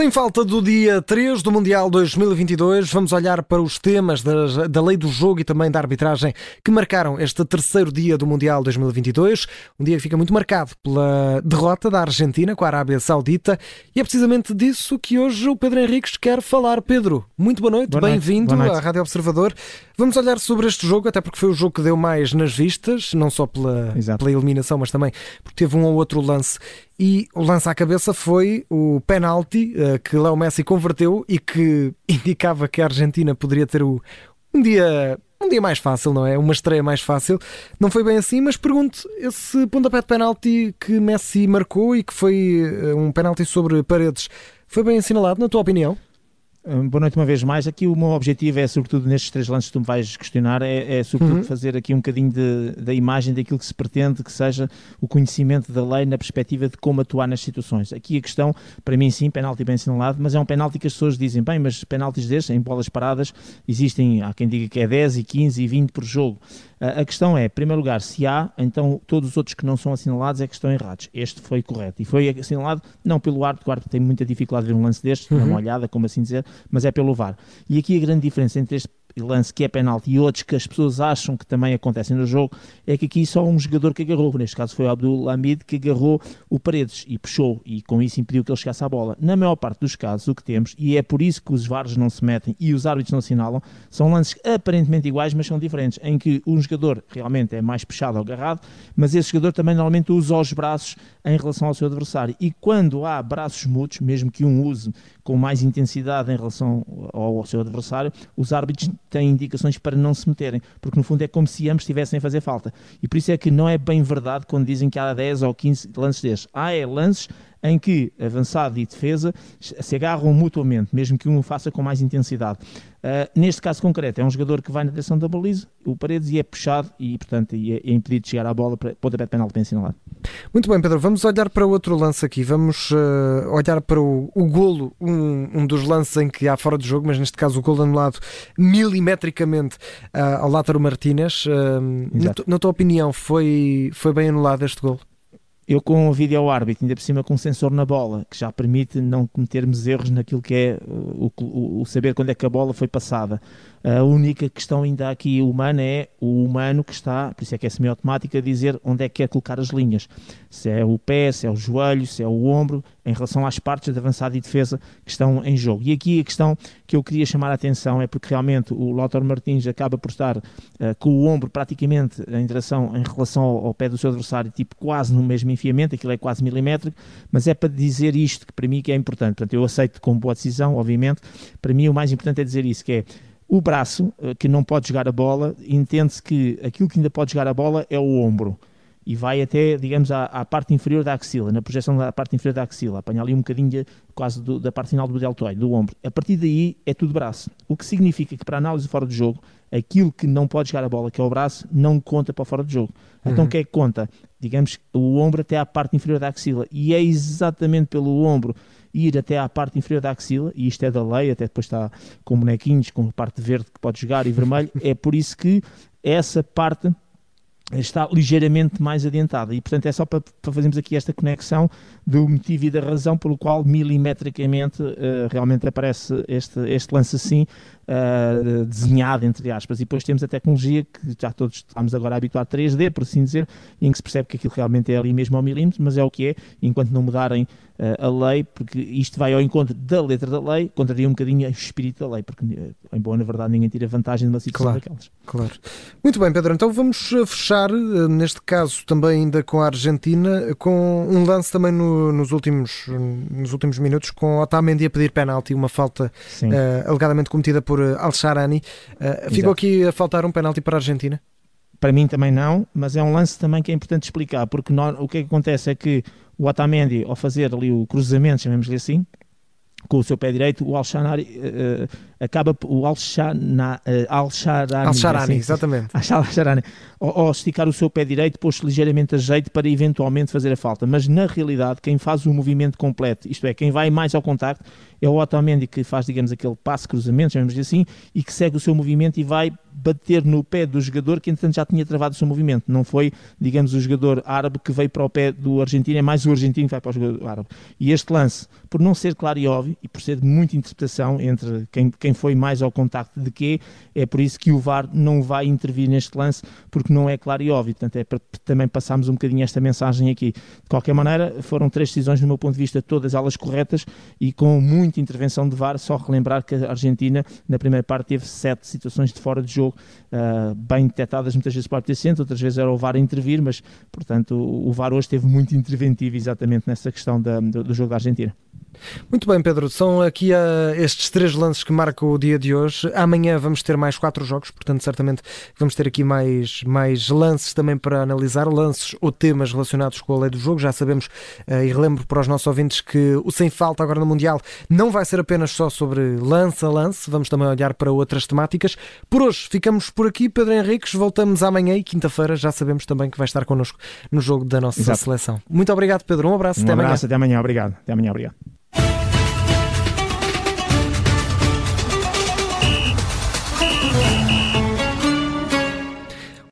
Sem falta do dia 3 do Mundial 2022, vamos olhar para os temas da lei do jogo e também da arbitragem que marcaram este terceiro dia do Mundial 2022. Um dia que fica muito marcado pela derrota da Argentina com a Arábia Saudita. E é precisamente disso que hoje o Pedro Henriques quer falar. Pedro, muito boa noite, bem-vindo à Rádio Observador. Vamos olhar sobre este jogo, até porque foi o jogo que deu mais nas vistas, não só pela eliminação, mas também porque teve um ou outro lance. E o lance à cabeça foi o penalti que Leo Messi converteu e que indicava que a Argentina poderia ter um dia mais fácil, não é? Uma estreia mais fácil. Não foi bem assim, mas pergunto, esse pontapé de penalti que Messi marcou e que foi um penalti sobre Paredes, foi bem assinalado, na tua opinião? Boa noite uma vez mais. Aqui o meu objetivo é, sobretudo nestes três lances que tu me vais questionar, é sobretudo fazer aqui um bocadinho da imagem daquilo que se pretende que seja o conhecimento da lei na perspectiva de como atuar nas situações. Aqui a questão, para mim sim, penalti bem assinalado, mas é um penalti que as pessoas dizem, bem, mas penaltis destes, em bolas paradas, existem, há quem diga que é 10 e 15 e 20 por jogo. A questão é, em primeiro lugar, se há, então todos os outros que não são assinalados é que estão errados. Este foi correto. E foi assinalado não pelo árbitro, o árbitro tem muita dificuldade de ver um lance destes, uma olhada, como assim dizer, mas é pelo VAR. E aqui a grande diferença entre este lance que é penalti e outros que as pessoas acham que também acontecem no jogo é que aqui só um jogador que agarrou, neste caso foi o Abdulhamid, que agarrou o Paredes e puxou e com isso impediu que ele chegasse à bola. Na maior parte dos casos o que temos, e é por isso que os VARs não se metem e os árbitros não assinalam, são lances aparentemente iguais, mas são diferentes, em que um jogador realmente é mais puxado ou agarrado, mas esse jogador também normalmente usa os braços em relação ao seu adversário, e quando há braços mútuos, mesmo que um use com mais intensidade em relação ao seu adversário, os árbitros têm indicações para não se meterem, porque no fundo é como se ambos estivessem a fazer falta, e por isso é que não é bem verdade quando dizem que há 10 ou 15 lances destes. Há lances em que avançado e defesa se agarram mutuamente, mesmo que um o faça com mais intensidade. Neste caso concreto, é um jogador que vai na direção da baliza, o Paredes, e é puxado e, portanto, é impedido de chegar à bola para pontapé de penalti bem assinalado. Muito bem, Pedro, vamos olhar para outro lance aqui, vamos olhar para o golo, um dos lances em que há fora de jogo, mas neste caso o golo anulado milimetricamente ao Lautaro Martínez. Na tua opinião, foi bem anulado este golo? Eu com o vídeo árbitro, ainda por cima com um sensor na bola, que já permite não cometermos erros naquilo que é o saber quando é que a bola foi passada. A única questão ainda aqui humana é o humano que está, por isso é que é semi-automático, a dizer onde é que quer colocar as linhas. Se é o pé, se é o joelho, se é o ombro, em relação às partes de avançada e defesa que estão em jogo. E aqui a questão que eu queria chamar a atenção é porque realmente o Lautaro Martínez acaba por estar com o ombro praticamente em relação ao pé do seu adversário, tipo quase no mesmo enfiamento, aquilo é quase milimétrico, mas é para dizer isto que para mim que é importante. Portanto, eu aceito como boa decisão, obviamente. Para mim o mais importante é dizer isso, que é o braço que não pode jogar a bola, entende-se que aquilo que ainda pode jogar a bola é o ombro. E vai até, digamos, à parte inferior da axila, na projeção da parte inferior da axila, apanha ali um bocadinho quase da parte final do deltoide, do ombro. A partir daí é tudo braço, o que significa que para a análise fora do jogo, aquilo que não pode jogar a bola, que é o braço, não conta para o fora do jogo. Então o que é que conta? Digamos, o ombro até à parte inferior da axila, e é exatamente pelo ombro ir até à parte inferior da axila, e isto é da lei, até depois está com bonequinhos, com a parte verde que pode jogar e vermelho, é por isso que essa parte está ligeiramente mais adiantada, e portanto é só para fazermos aqui esta conexão do motivo e da razão pelo qual milimetricamente realmente aparece este lance assim, desenhado entre aspas, e depois temos a tecnologia que já todos estamos agora a habituar a 3D, por assim dizer, em que se percebe que aquilo realmente é ali mesmo ao milímetro, mas é o que é, enquanto não mudarem a lei, porque isto vai ao encontro da letra da lei, contraria um bocadinho o espírito da lei, porque em boa na verdade ninguém tira vantagem de uma situação daquelas. Claro. Muito bem, Pedro, então vamos fechar, neste caso também ainda com a Argentina, com um lance também nos últimos minutos, com Otamendi a pedir penalti, uma falta alegadamente cometida por Al-Sharani. Ficou aqui a faltar um penalti para a Argentina? Para mim também não, mas é um lance também que é importante explicar, porque o que acontece é que o Otamendi, ao fazer ali o cruzamento, chamemos-lhe assim, com o seu pé direito, o Al-Sharani acaba o Al-Sharani, exatamente. Al-Sharani, ao esticar o seu pé direito, pôs-se ligeiramente a jeito para eventualmente fazer a falta, mas na realidade quem faz o movimento completo, isto é, quem vai mais ao contacto, é o Otamendi, que faz, digamos, aquele passe cruzamento, chamamos assim, e que segue o seu movimento e vai bater no pé do jogador que entretanto já tinha travado o seu movimento. Não foi, digamos, o jogador árabe que veio para o pé do argentino, é mais o argentino que vai para o jogador árabe. E este lance, por não ser claro e óbvio, e por ser de muita interpretação entre quem foi mais ao contacto de quê, é por isso que o VAR não vai intervir neste lance, porque não é claro e óbvio. Portanto, é para também passarmos um bocadinho esta mensagem aqui. De qualquer maneira, foram 3 decisões, no meu ponto de vista, todas elas corretas e com muita intervenção de VAR. Só relembrar que a Argentina, na primeira parte, teve 7 situações de fora de jogo, bem detectadas muitas vezes para o RT-Centro, outras vezes era o VAR a intervir, mas, portanto, o VAR hoje esteve muito interventivo exatamente nessa questão do jogo da Argentina. Muito bem, Pedro, são aqui estes 3 lances que marcam o dia de hoje. Amanhã vamos ter mais 4 jogos, portanto certamente vamos ter aqui mais lances também para analisar, lances ou temas relacionados com a lei do jogo. Já sabemos, e relembro para os nossos ouvintes, que o Sem Falta agora no Mundial não vai ser apenas só sobre lance a lance, vamos também olhar para outras temáticas. Por hoje ficamos por aqui, Pedro Henriques, voltamos amanhã e quinta-feira já sabemos também que vai estar connosco no jogo da nossa seleção. Muito obrigado, Pedro, um abraço, até amanhã. Até amanhã, obrigado. Até amanhã, obrigado.